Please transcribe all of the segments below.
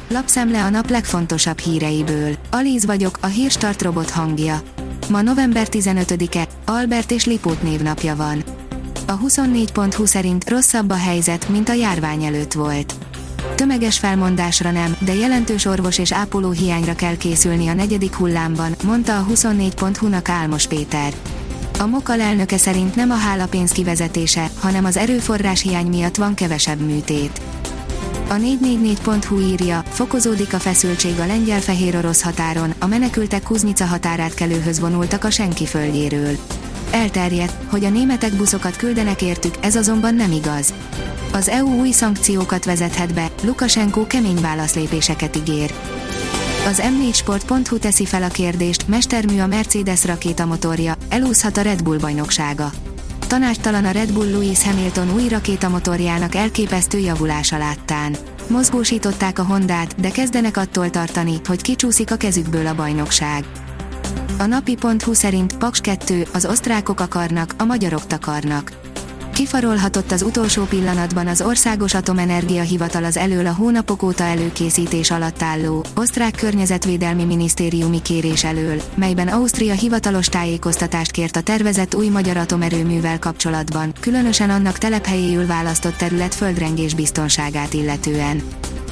Lapszemle a nap legfontosabb híreiből. Alíz vagyok, a Hírstart robot hangja. Ma november 15-e, Albert és Lipót névnapja van. A 24.20 szerint rosszabb a helyzet, mint a járvány előtt volt. Tömeges felmondásra nem, de jelentős orvos és ápoló hiányra kell készülni a negyedik hullámban, mondta a 24.hu-nak Álmos Péter. A MOK alelnöke szerint nem a hálapénz kivezetése, hanem az erőforrás hiány miatt van kevesebb műtét. A 444.hu írja, fokozódik a feszültség a lengyel-fehér-orosz határon, a menekültek Kuznica határátkelőhöz vonultak a senki földjéről. Elterjedt, hogy a németek buszokat küldenek értük, ez azonban nem igaz. Az EU új szankciókat vezethet be, Lukasenko kemény válaszlépéseket ígér. Az m4sport.hu teszi fel a kérdést, mestermű a Mercedes rakétamotorja, elúszhat a Red Bull bajnoksága. Tanácstalan a Red Bull Lewis Hamilton új rakétamotorjának elképesztő javulása láttán. Mozgósították a Hondát, de kezdenek attól tartani, hogy kicsúszik a kezükből a bajnokság. A napi.hu szerint Paks 2, az osztrákok akarnak, a magyarok takarnak. Kifarolhatott az utolsó pillanatban az Országos Atomenergia Hivatal az elől a hónapok óta előkészítés alatt álló, osztrák környezetvédelmi minisztériumi kérés elől, melyben Ausztria hivatalos tájékoztatást kért a tervezett új magyar atomerőművel kapcsolatban, különösen annak telephelyéül választott terület földrengés biztonságát illetően.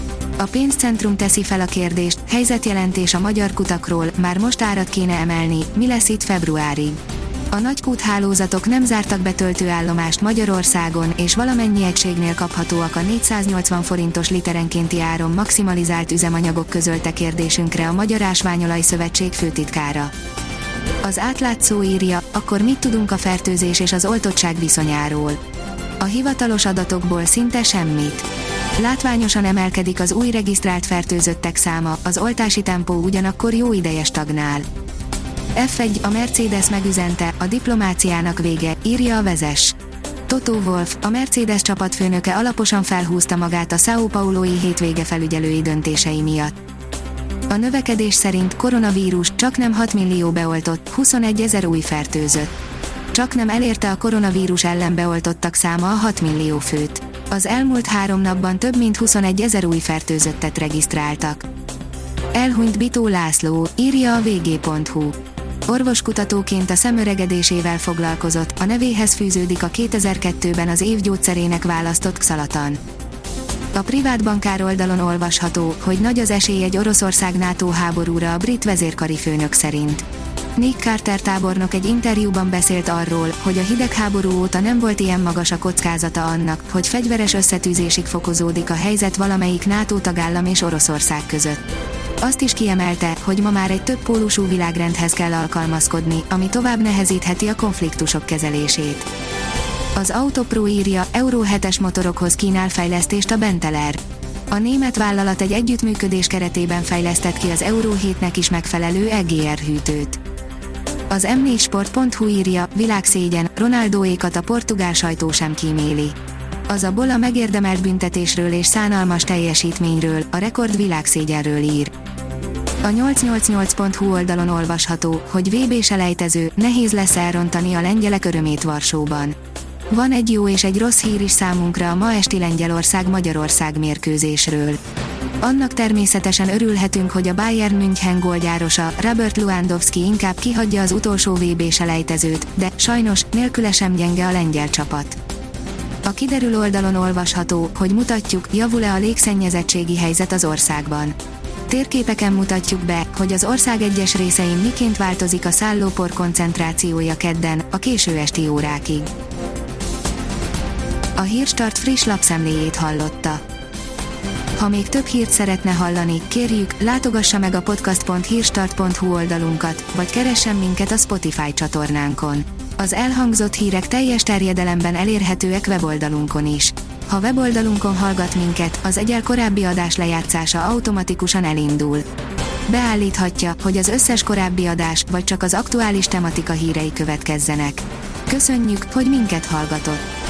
A pénzcentrum teszi fel a kérdést, helyzetjelentés a magyar kutakról, már most árat kéne emelni, mi lesz itt februárig. A nagykúthálózatok nem zártak betöltőállomást Magyarországon, és valamennyi egységnél kaphatóak a 480 forintos literenkénti áron maximalizált üzemanyagok, közölte kérdésünkre a Magyar Ásványolaj Szövetség főtitkára. Az átlátszó írja, akkor mit tudunk a fertőzés és az oltottság viszonyáról? A hivatalos adatokból szinte semmit. Látványosan emelkedik az új regisztrált fertőzöttek száma, az oltási tempó ugyanakkor jó ideje stagnál. F1, a Mercedes megüzente, a diplomáciának vége, írja a Vezes. Toto Wolff, a Mercedes csapatfőnöke alaposan felhúzta magát a São Paulo-i hétvége felügyelői döntései miatt. A növekedés szerint koronavírus, csak nem 6 millió beoltott, 21 000 új fertőzött. Csak nem elérte a koronavírus ellen beoltottak száma a 6 millió főt. Az elmúlt 3 napban több mint 21 000 új fertőzöttet regisztráltak. Elhunyt Bitó László, írja a vg.hu. Orvoskutatóként a szemöregedésével foglalkozott, a nevéhez fűződik a 2002-ben az év gyógyszerének választott Xalatan. A privát bankár oldalon olvasható, hogy nagy az esély egy Oroszország NATO háborúra a brit vezérkari főnök szerint. Nick Carter tábornok egy interjúban beszélt arról, hogy a hidegháború óta nem volt ilyen magas a kockázata annak, hogy fegyveres összetűzésig fokozódik a helyzet valamelyik NATO tagállam és Oroszország között. Azt is kiemelte, hogy ma már egy többpólusú világrendhez kell alkalmazkodni, ami tovább nehezítheti a konfliktusok kezelését. Az Autopro írja, Euro 7-es motorokhoz kínál fejlesztést a Benteler. A német vállalat egy együttműködés keretében fejlesztett ki az Euro 7-nek is megfelelő EGR hűtőt. Az m4sport.hu írja, világszégyen, Ronaldóékat a portugál sajtó sem kíméli. Az a bola megérdemelt büntetésről és szánalmas teljesítményről, a rekord világszégyenről ír. A 888.hu oldalon olvasható, hogy VB-selejtező, nehéz lesz elrontani a lengyelek örömét Varsóban. Van egy jó és egy rossz hír is számunkra a ma esti Lengyelország-Magyarország mérkőzésről. Annak természetesen örülhetünk, hogy a Bayern München gólgyárosa, Robert Lewandowski inkább kihagyja az utolsó VB-selejtezőt, de sajnos nélküle sem gyenge a lengyel csapat. A kiderül oldalon olvasható, hogy mutatjuk, javul-e a légszennyezettségi helyzet az országban. Térképeken mutatjuk be, hogy az ország egyes részein miként változik a szállópor koncentrációja kedden, a késő esti órákig. A Hírstart friss lapszemléjét hallotta. Ha még több hírt szeretne hallani, kérjük, látogassa meg a podcast.hírstart.hu oldalunkat, vagy keressen minket a Spotify csatornánkon. Az elhangzott hírek teljes terjedelemben elérhetőek weboldalunkon is. Ha weboldalunkon hallgat minket, az egyel korábbi adás lejátszása automatikusan elindul. Beállíthatja, hogy az összes korábbi adás, vagy csak az aktuális tematika hírei következzenek. Köszönjük, hogy minket hallgatott!